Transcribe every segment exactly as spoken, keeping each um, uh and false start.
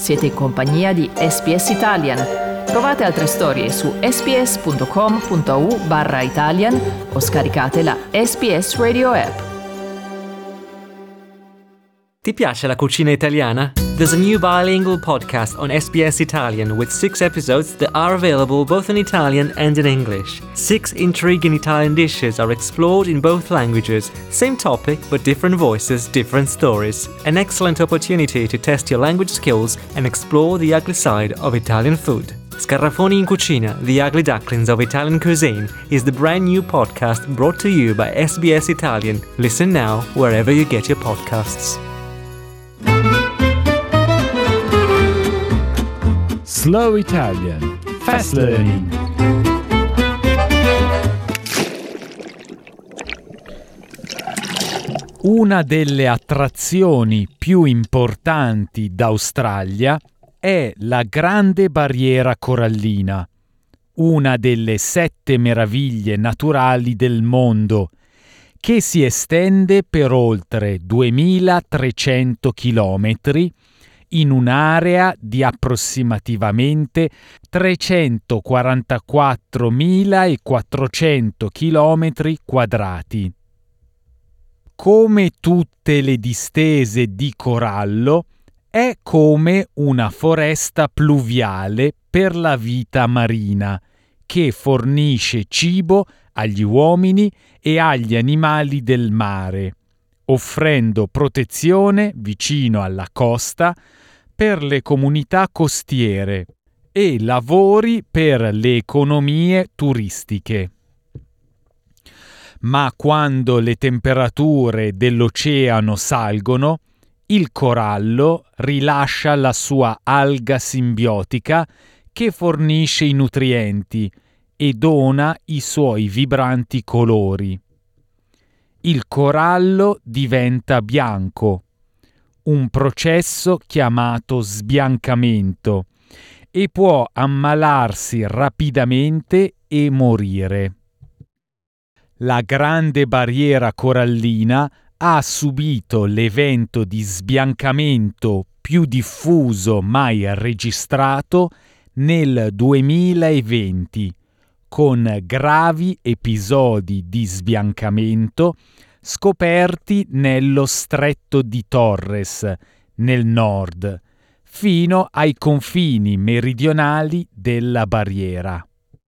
Siete in compagnia di S B S Italian. Trovate altre storie su sbs.com.au barra Italian o scaricate la S B S Radio app. Ti piace la cucina italiana? There's a new bilingual podcast on S B S Italian with six episodes that are available both in Italian and in English. Six intriguing Italian dishes are explored in both languages. Same topic, but different voices, different stories. An excellent opportunity to test your language skills and explore the ugly side of Italian food. Scarafoni in Cucina, The Ugly Ducklings of Italian Cuisine is the brand new podcast brought to you by S B S Italian. Listen now wherever you get your podcasts. Slow Italian. Fast Learning. Una delle attrazioni più importanti d'Australia è la Grande Barriera Corallina, una delle sette meraviglie naturali del mondo, che si estende per oltre duemilatrecento chilometri in un'area di approssimativamente trecentoquarantaquattromilaquattrocento chilometri quadrati. Come tutte le distese di corallo, è come una foresta pluviale per la vita marina, che fornisce cibo agli uomini e agli animali del mare, offrendo protezione vicino alla costa per le comunità costiere e lavori per le economie turistiche. Ma quando le temperature dell'oceano salgono, il corallo rilascia la sua alga simbiotica che fornisce i nutrienti e dona i suoi vibranti colori. Il corallo diventa bianco, un processo chiamato sbiancamento, e può ammalarsi rapidamente e morire. La Grande Barriera Corallina ha subito l'evento di sbiancamento più diffuso mai registrato nel duemilaventi, con gravi episodi di sbiancamento scoperti nello Stretto di Torres, nel nord, fino ai confini meridionali della barriera.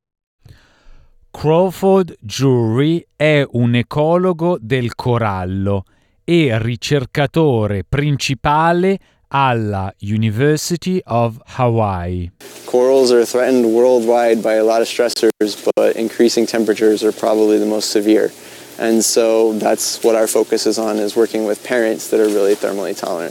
Crawford Drury è un ecologo del corallo e ricercatore principale alla University of Hawaii. Corals are threatened worldwide by a lot of stressors, but increasing temperatures are probably the most severe. And so that's what our focus is on, is working with parents that are really thermally tolerant.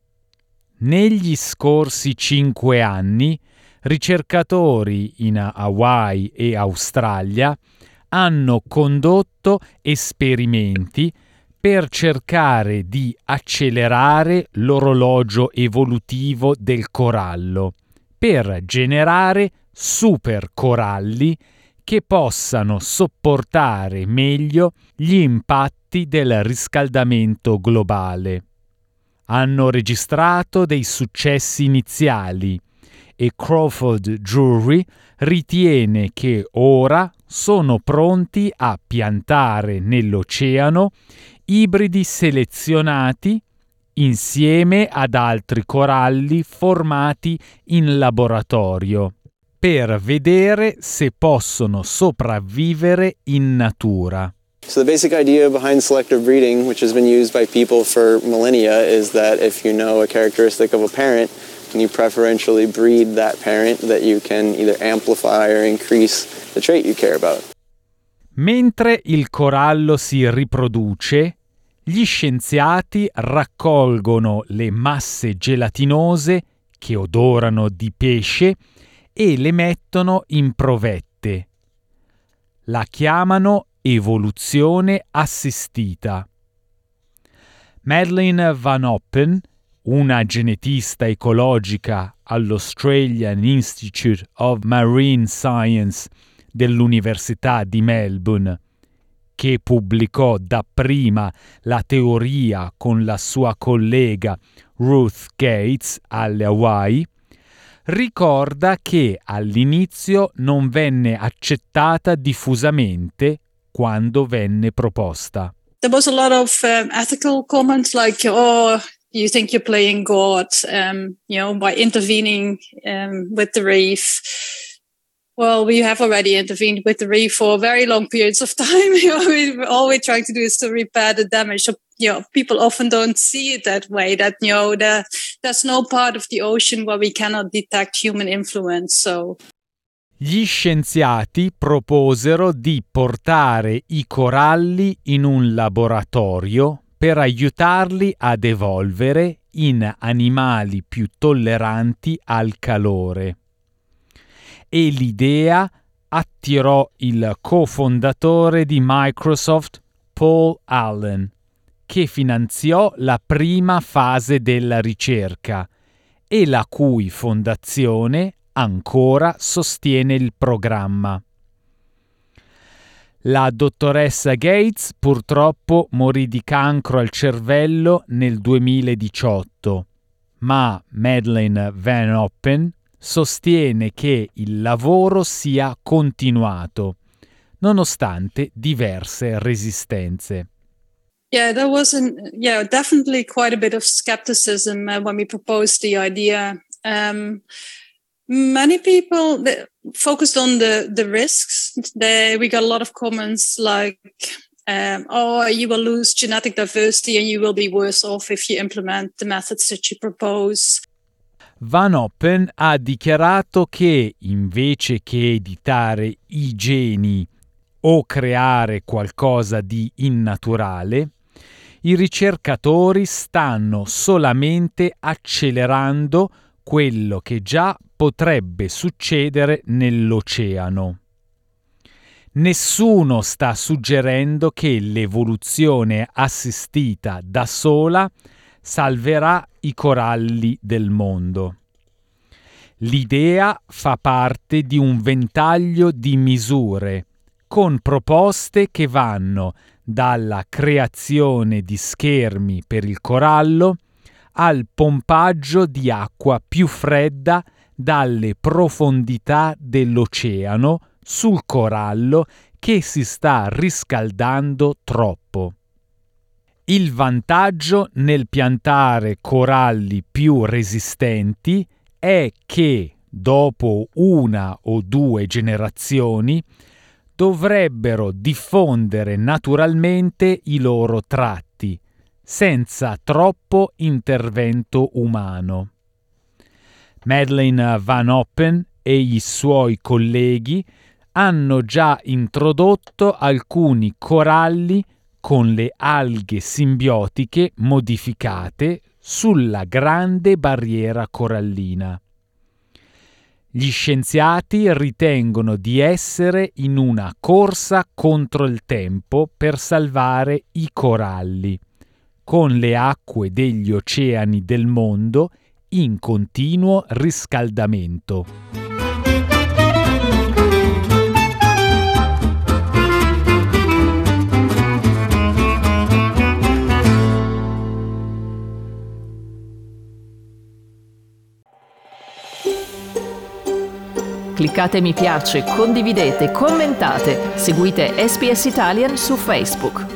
Negli scorsi cinque anni, ricercatori in Hawaii e Australia hanno condotto esperimenti per cercare di accelerare l'orologio evolutivo del corallo, per generare super coralli che possano sopportare meglio gli impatti del riscaldamento globale. Hanno registrato dei successi iniziali e Crawford Drury ritiene che ora sono pronti a piantare nell'oceano ibridi selezionati insieme ad altri coralli formati in laboratorio per vedere se possono sopravvivere in natura. So the basic idea behind selective breeding, which has been used by people for millennia, is that if you know a characteristic of a parent, and you preferentially breed that parent, that you can either amplify or increase the trait you care about. Mentre il corallo si riproduce, gli scienziati raccolgono le masse gelatinose che odorano di pesce e le mettono in provette. La chiamano evoluzione assistita. Madeleine Van Oppen, una genetista ecologica all'Australian Institute of Marine Science dell'Università di Melbourne, che pubblicò dapprima la teoria con la sua collega Ruth Gates alle Hawaii, ricorda che all'inizio non venne accettata diffusamente quando venne proposta. There was a lot of um, ethical comments like, oh, you think you're playing God, um, you know, by intervening um, with the reef. Well, we have already intervened with the reef for very long periods of time. You know, we, all we're trying to do is to repair the damage. So, you know, people often don't see it that way, that, you know, the, there's no part of the ocean where we cannot detect human influence. So. Gli scienziati proposero di portare i coralli in un laboratorio per aiutarli ad evolvere in animali più tolleranti al calore. E l'idea attirò il cofondatore di Microsoft, Paul Allen, che finanziò la prima fase della ricerca e la cui fondazione ancora sostiene il programma. La dottoressa Gates purtroppo morì di cancro al cervello nel duemiladiciotto, ma Madeleine Van Oppen sostiene che il lavoro sia continuato, nonostante diverse resistenze. Yeah, there was an, yeah, definitely quite a bit of skepticism uh, when we proposed the idea. Um, Many people focused on the, the risks. They, we got a lot of comments like, um, oh, you will lose genetic diversity and you will be worse off if you implement the methods that you propose. Van Oppen ha dichiarato che invece che editare i geni o creare qualcosa di innaturale, i ricercatori stanno solamente accelerando quello che già potrebbe succedere nell'oceano. Nessuno sta suggerendo che l'evoluzione assistita da sola salverà i coralli del mondo. L'idea fa parte di un ventaglio di misure, con proposte che vanno dalla creazione di schermi per il corallo al pompaggio di acqua più fredda dalle profondità dell'oceano sul corallo che si sta riscaldando troppo. Il vantaggio nel piantare coralli più resistenti è che, dopo una o due generazioni, dovrebbero diffondere naturalmente i loro tratti, senza troppo intervento umano. Madeleine Van Oppen e i suoi colleghi hanno già introdotto alcuni coralli con le alghe simbiotiche modificate sulla grande barriera corallina. Gli scienziati ritengono di essere in una corsa contro il tempo per salvare i coralli, con le acque degli oceani del mondo in continuo riscaldamento. Cliccate mi piace, condividete, commentate, seguite S B S Italian su Facebook.